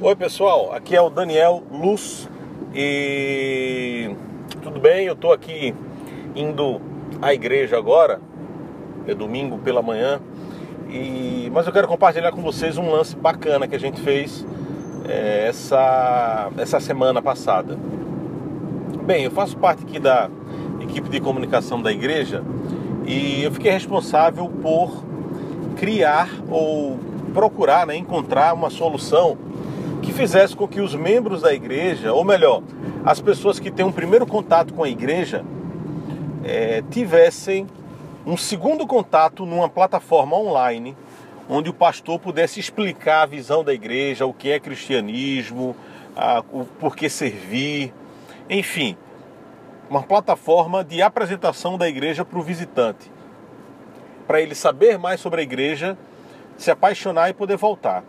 Oi pessoal, aqui é o Daniel Luz e tudo bem? Eu estou aqui indo à igreja agora, é domingo pela manhã, mas eu quero compartilhar com vocês um lance bacana que a gente fez essa semana passada. Bem, eu faço parte aqui da equipe de comunicação da igreja e eu fiquei responsável por criar ou procurar, encontrar uma solução que fizesse com que os membros da igreja, ou melhor, as pessoas que têm um primeiro contato com a igreja, tivessem um segundo contato numa plataforma online, onde o pastor pudesse explicar a visão da igreja, o que é cristianismo, o porquê servir, enfim, uma plataforma de apresentação da igreja para o visitante, para ele saber mais sobre a igreja, se apaixonar e poder voltar.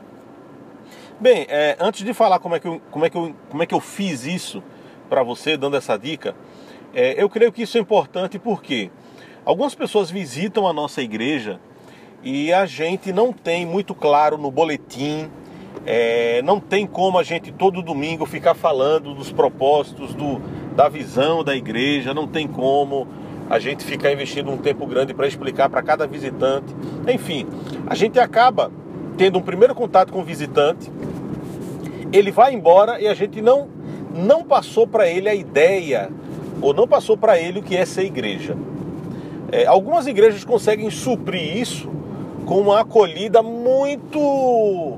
Bem, antes de falar como é que eu fiz isso para você, dando essa dica, eu creio que isso é importante porque algumas pessoas visitam a nossa igreja e a gente não tem muito claro no boletim, não tem como a gente todo domingo ficar falando dos propósitos, da visão da igreja, não tem como a gente ficar investindo um tempo grande para explicar para cada visitante. Enfim, a gente acaba tendo um primeiro contato com o visitante, ele vai embora e a gente não passou para ele a ideia, ou não passou para ele o que é ser igreja. Algumas igrejas conseguem suprir isso com uma acolhida muito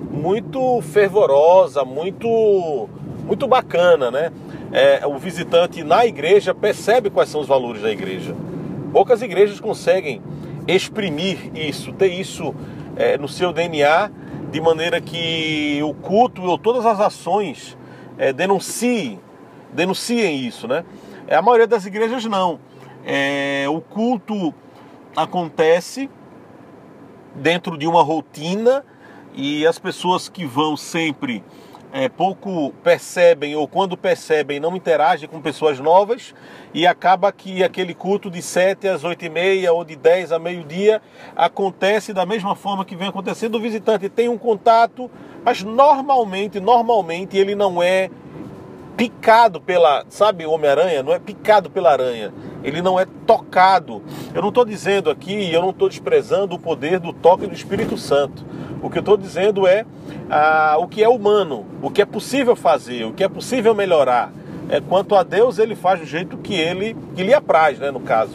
fervorosa, muito bacana, né? O visitante na igreja percebe quais são os valores da igreja. Poucas igrejas conseguem exprimir isso, ter isso no seu DNA, de maneira que o culto ou todas as ações denunciem isso, né? A maioria das igrejas não. O culto acontece dentro de uma rotina e as pessoas que vão sempre pouco percebem, ou quando percebem não interagem com pessoas novas, e acaba que aquele culto de 7 às 8h30 ou de 10 a meio-dia acontece da mesma forma que vem acontecendo. O visitante tem um contato, mas normalmente ele não é picado pela, sabe, o Homem-Aranha não é picado pela aranha, ele não é tocado. Eu não estou dizendo aqui, eu não estou desprezando o poder do toque do Espírito Santo. O que eu estou dizendo é o que é humano, o que é possível fazer, o que é possível melhorar. Quanto a Deus, ele faz do jeito que lhe apraz, né, no caso.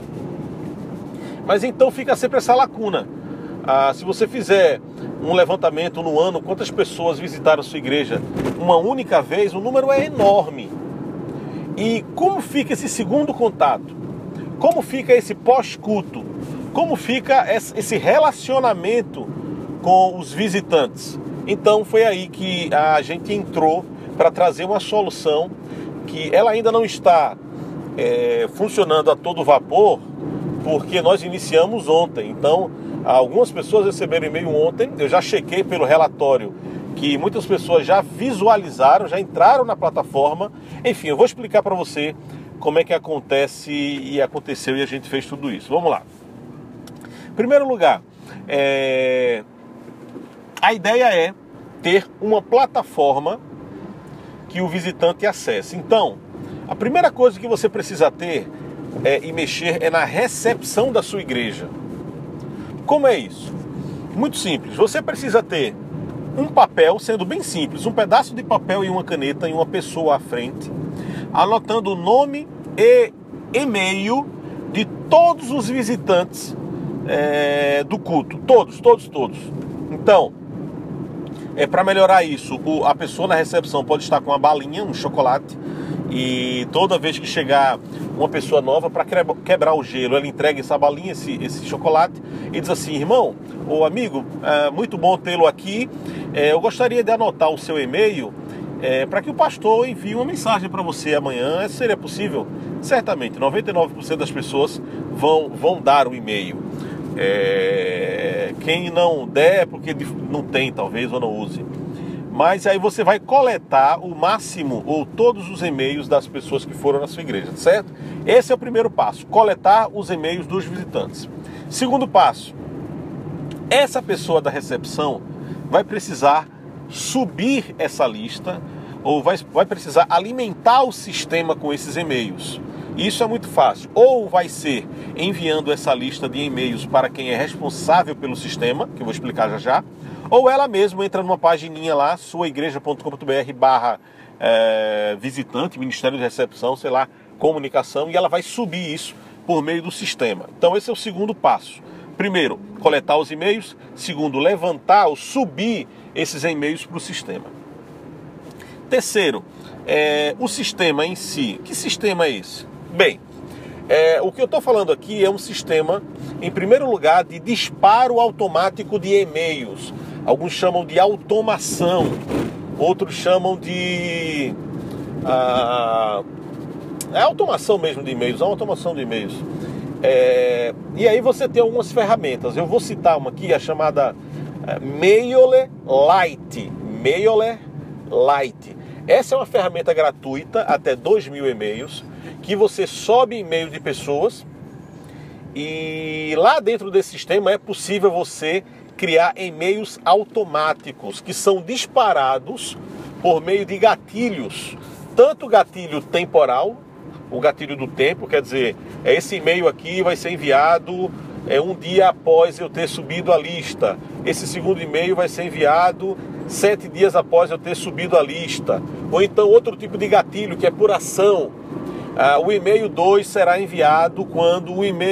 Mas então fica sempre essa lacuna. Se você fizer um levantamento no ano, quantas pessoas visitaram a sua igreja uma única vez, o número é enorme. E como fica esse segundo contato? Como fica esse pós-culto? Como fica esse relacionamento com os visitantes? Então foi aí que a gente entrou para trazer uma solução que ela ainda não está funcionando a todo vapor, porque nós iniciamos ontem. Então algumas pessoas receberam e-mail ontem, eu já chequei pelo relatório que muitas pessoas já visualizaram, já entraram na plataforma. Enfim, eu vou explicar para você como é que acontece e aconteceu e a gente fez tudo isso. Vamos lá. Em primeiro lugar, a ideia é ter uma plataforma que o visitante acesse. Então, a primeira coisa que você precisa ter e mexer é na recepção da sua igreja. Como é isso? Muito simples. Você precisa ter um papel, sendo bem simples, um pedaço de papel e uma caneta e uma pessoa à frente, anotando o nome e e-mail de todos os visitantes do culto. Todos. Então, para melhorar isso, a pessoa na recepção pode estar com uma balinha, um chocolate, e toda vez que chegar uma pessoa nova, para quebrar o gelo, ela entrega essa balinha, esse chocolate, e diz assim: irmão, ou amigo, muito bom tê-lo aqui, eu gostaria de anotar o seu e-mail para que o pastor envie uma mensagem para você amanhã. Seria possível? Certamente, 99% das pessoas vão dar o e-mail. Quem não der é porque não tem, talvez, ou não use. Mas aí você vai coletar o máximo ou todos os e-mails das pessoas que foram na sua igreja, certo? Esse é o primeiro passo, coletar os e-mails dos visitantes. Segundo passo, essa pessoa da recepção vai precisar subir essa lista, ou vai precisar alimentar o sistema com esses e-mails. Isso é muito fácil. Ou vai ser enviando essa lista de e-mails para quem é responsável pelo sistema, que eu vou explicar já já, ou ela mesma entra numa pagininha lá, suaigreja.com.br/visitante, Ministério de Recepção, sei lá, comunicação, e ela vai subir isso por meio do sistema. Então esse é o segundo passo. Primeiro, coletar os e-mails. Segundo, levantar ou subir esses e-mails para o sistema. Terceiro, o sistema em si. Que sistema é esse? Bem, o que eu estou falando aqui é um sistema, em primeiro lugar, de disparo automático de e-mails. Alguns chamam de automação, outros chamam de... é automação mesmo de e-mails, é uma automação de e-mails. E aí você tem algumas ferramentas. Eu vou citar uma aqui, a chamada Mailer Lite. Mailer Lite. Essa é uma ferramenta gratuita, até 2.000 e-mails, que você sobe e-mail de pessoas e lá dentro desse sistema é possível você criar e-mails automáticos que são disparados por meio de gatilhos. Tanto o gatilho temporal, o gatilho do tempo, quer dizer, esse e-mail aqui vai ser enviado um dia após eu ter subido a lista. Esse segundo e-mail vai ser enviado 7 dias após eu ter subido a lista. Ou então outro tipo de gatilho, que é por ação. O e-mail 2 será enviado quando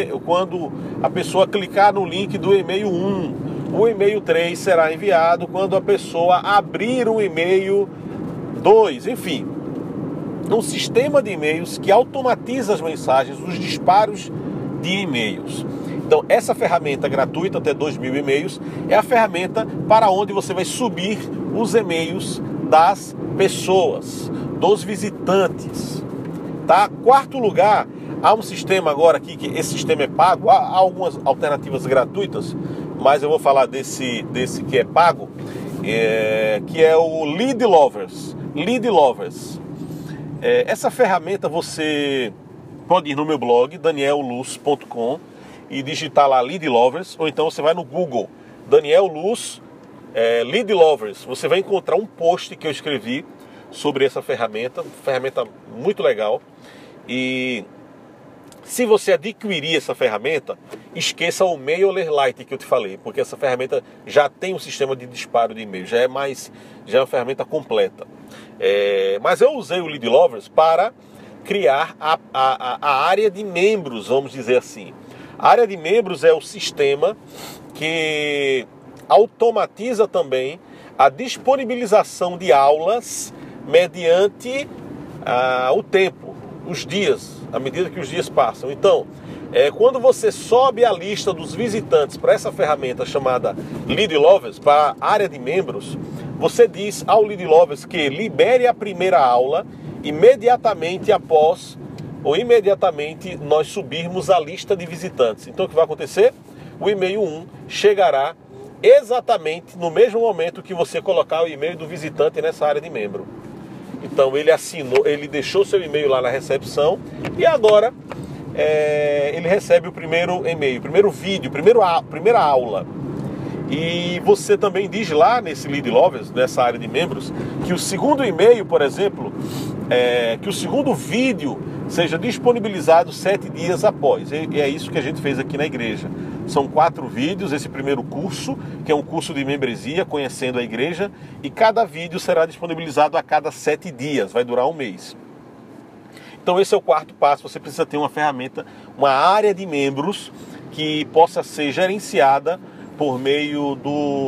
a pessoa clicar no link do e-mail 1. O e-mail 3 será enviado quando a pessoa abrir o e-mail 2. Enfim, um sistema de e-mails que automatiza as mensagens, os disparos de e-mails. Então, essa ferramenta gratuita, até 2.000 e-mails, é a ferramenta para onde você vai subir os e-mails das pessoas, dos visitantes. Tá? Quarto lugar, há um sistema agora aqui, que esse sistema é pago, há algumas alternativas gratuitas, mas eu vou falar desse que é pago, que é o Lead Lovers. Lead Lovers. Essa ferramenta você pode ir no meu blog, danielluz.com, e digitar lá Lead Lovers, ou então você vai no Google, Daniel Luz, Lead Lovers. Você vai encontrar um post que eu escrevi sobre essa ferramenta muito legal. E se você adquirir essa ferramenta, esqueça o Mailer Lite que eu te falei, porque essa ferramenta já tem um sistema de disparo de e-mail, já é uma ferramenta completa. Mas eu usei o Lead Lovers para criar a área de membros, vamos dizer assim. A área de membros é o sistema que automatiza também a disponibilização de aulas mediante o tempo, os dias, à medida que os dias passam. Então, quando você sobe a lista dos visitantes para essa ferramenta chamada Lead Lovers, para a área de membros, você diz ao Lead Lovers que libere a primeira aula imediatamente após ou imediatamente nós subirmos a lista de visitantes. Então o que vai acontecer? O e-mail 1 chegará exatamente no mesmo momento que você colocar o e-mail do visitante nessa área de membro. Então ele deixou seu e-mail lá na recepção e agora ele recebe o primeiro e-mail, primeiro vídeo, primeira aula. E você também diz lá nesse Lead Lovers, nessa área de membros, que o segundo e-mail, por exemplo, que o segundo vídeo seja disponibilizado 7 dias após. E é isso que a gente fez aqui na igreja. São 4 vídeos, esse primeiro curso, que é um curso de membresia, conhecendo a igreja, e cada vídeo será disponibilizado a cada 7 dias, vai durar um mês. Então esse é o quarto passo, você precisa ter uma ferramenta, uma área de membros que possa ser gerenciada por meio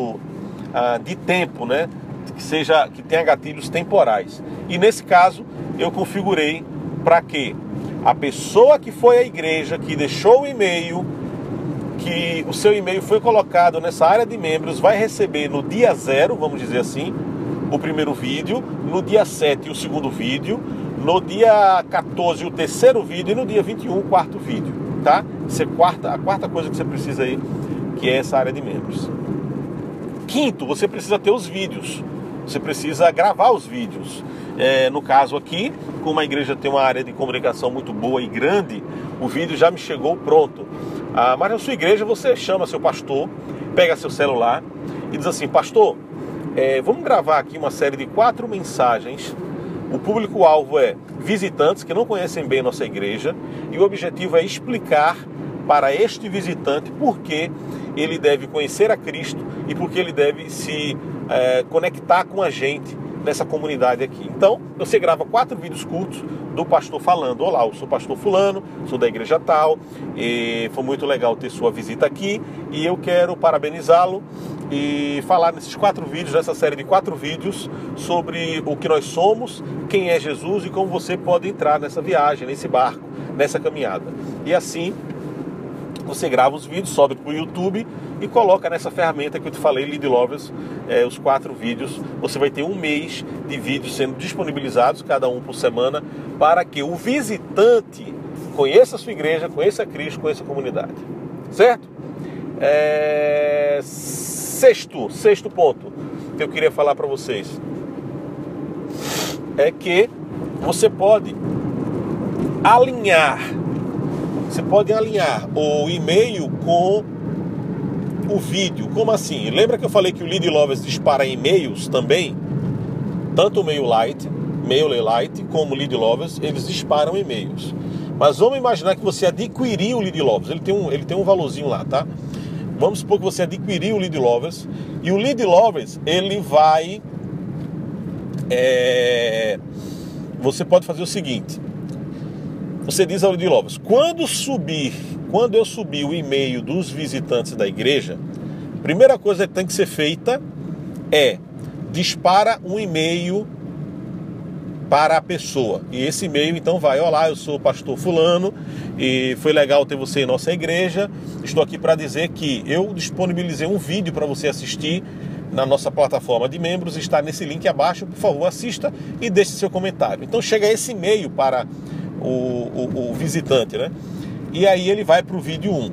de tempo, né? Que tenha gatilhos temporais. E nesse caso, eu configurei para que a pessoa que foi à igreja, que deixou o e-mail, que o seu e-mail foi colocado nessa área de membros, vai receber no dia 0, vamos dizer assim, o primeiro vídeo, no dia 7 o segundo vídeo, no dia 14 o terceiro vídeo e no dia 21 o quarto vídeo, tá? Isso é a quarta coisa que você precisa aí, que é essa área de membros. Quinto, você precisa ter os vídeos. Você precisa gravar os vídeos. No caso aqui, como a igreja tem uma área de comunicação muito boa e grande, o vídeo já me chegou pronto. Mas na sua igreja você chama seu pastor, pega seu celular e diz assim: pastor, Vamos gravar aqui uma série de 4 mensagens. O público-alvo é visitantes que não conhecem bem nossa igreja, e o objetivo é explicar para este visitante por que ele deve conhecer a Cristo e por que ele deve se conectar com a gente nessa comunidade aqui. Então, você grava 4 vídeos curtos do pastor falando: olá, eu sou pastor fulano, sou da igreja tal, e foi muito legal ter sua visita aqui, e eu quero parabenizá-lo e falar nesses 4 vídeos, nessa série de 4 vídeos, sobre o que nós somos, quem é Jesus e como você pode entrar nessa viagem, nesse barco, nessa caminhada. E assim, você grava os vídeos, sobe para o YouTube e coloca nessa ferramenta que eu te falei, Lead Lovers, os 4 vídeos. Você vai ter um mês de vídeos sendo disponibilizados, cada um por semana, para que o visitante conheça a sua igreja, conheça Cristo, conheça a comunidade. Certo? Sexto ponto que eu queria falar para vocês é que você pode alinhar o e-mail com o vídeo. Como assim? Lembra que eu falei que o Lead Lovers dispara e-mails também? Tanto o MailerLite como o Lead Lovers, eles disparam e-mails. Mas vamos imaginar que você adquiriu o Lead Lovers. Ele tem um valorzinho lá, tá? Vamos supor que você adquiriu o Lead Lovers, e o Lead Lovers, ele vai... Você pode fazer o seguinte: você diz ao Lead Lovers: quando eu subir o e-mail dos visitantes da igreja, a primeira coisa que tem que ser feita é dispara um e-mail para a pessoa. E esse e-mail então vai: olá, eu sou o pastor fulano e foi legal ter você em nossa igreja. Estou aqui para dizer que eu disponibilizei um vídeo para você assistir na nossa plataforma de membros, está nesse link abaixo, por favor, assista e deixe seu comentário. Então chega esse e-mail para o visitante, né? E aí ele vai para o vídeo 1.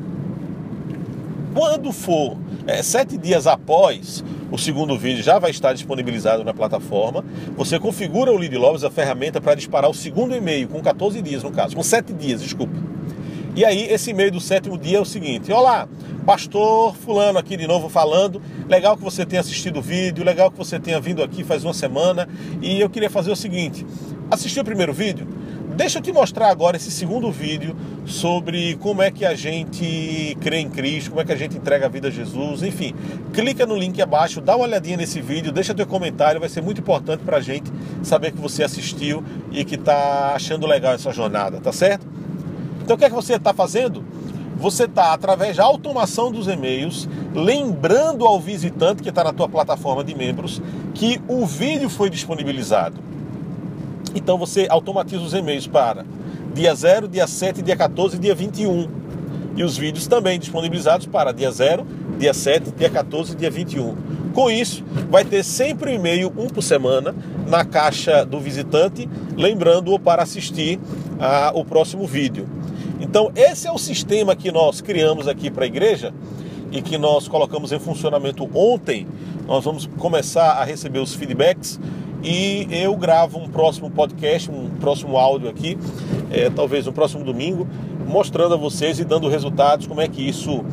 Quando for 7 dias após o segundo vídeo, já vai estar disponibilizado na plataforma. Você configura o Lead Lovers, a ferramenta, para disparar o segundo e-mail, com 14 dias no caso, com 7 dias, desculpa. E aí esse e-mail do 7º dia é o seguinte: olá, pastor fulano aqui de novo falando, legal que você tenha assistido o vídeo, legal que você tenha vindo aqui faz uma semana, e eu queria fazer o seguinte: assistiu o primeiro vídeo? Deixa eu te mostrar agora esse segundo vídeo sobre como é que a gente crê em Cristo, como é que a gente entrega a vida a Jesus. Enfim, clica no link abaixo, dá uma olhadinha nesse vídeo, deixa teu comentário, vai ser muito importante pra gente saber que você assistiu e que tá achando legal essa jornada, tá certo? Então o que é que você está fazendo? Você está, através da automação dos e-mails, lembrando ao visitante que está na tua plataforma de membros que o vídeo foi disponibilizado. Então você automatiza os e-mails para dia 0, dia 7, dia 14 e dia 21. E os vídeos também disponibilizados para dia 0, dia 7, dia 14 e dia 21. Com isso, vai ter sempre um e-mail, um por semana, na caixa do visitante, lembrando-o para assistir o próximo vídeo. Então esse é o sistema que nós criamos aqui para a igreja e que nós colocamos em funcionamento ontem. Nós vamos começar a receber os feedbacks e eu gravo um próximo podcast, um próximo áudio aqui, talvez no próximo domingo, mostrando a vocês e dando resultados, como é que isso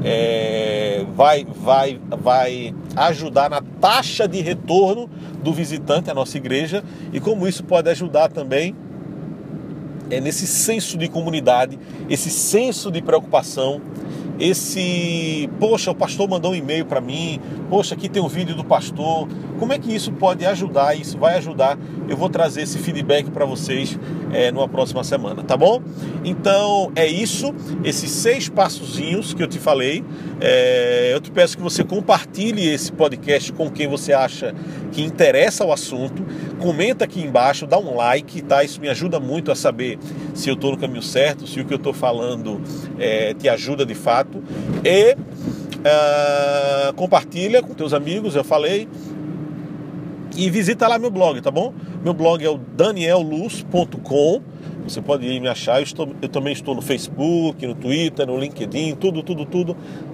vai ajudar na taxa de retorno do visitante à nossa igreja e como isso pode ajudar também nesse senso de comunidade, esse senso de preocupação, poxa, o pastor mandou um e-mail para mim, poxa, aqui tem um vídeo do pastor, como é que isso pode ajudar? Isso vai ajudar, eu vou trazer esse feedback para vocês numa próxima semana, tá bom? Então é isso, esses 6 passozinhos que eu te falei. Eu te peço que você compartilhe esse podcast com quem você acha que interessa o assunto, comenta aqui embaixo, dá um like, tá? Isso me ajuda muito a saber se eu estou no caminho certo, se o que eu estou falando te ajuda de fato. E compartilha com teus amigos, eu falei. E visita lá meu blog, tá bom? Meu blog é o danielluz.com. Você pode ir me achar. Eu também estou no Facebook, no Twitter, no LinkedIn, tudo.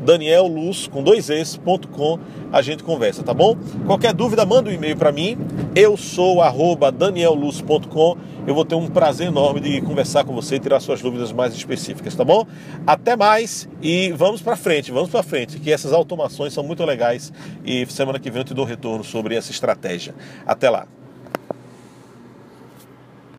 danielluz, com 2es.com. A gente conversa, tá bom? Qualquer dúvida, manda um e-mail para mim. Eu sou @danielluz.com. Eu vou ter um prazer enorme de conversar com você e tirar suas dúvidas mais específicas, tá bom? Até mais e vamos para frente, que essas automações são muito legais e semana que vem eu te dou retorno sobre essa estratégia. Até lá.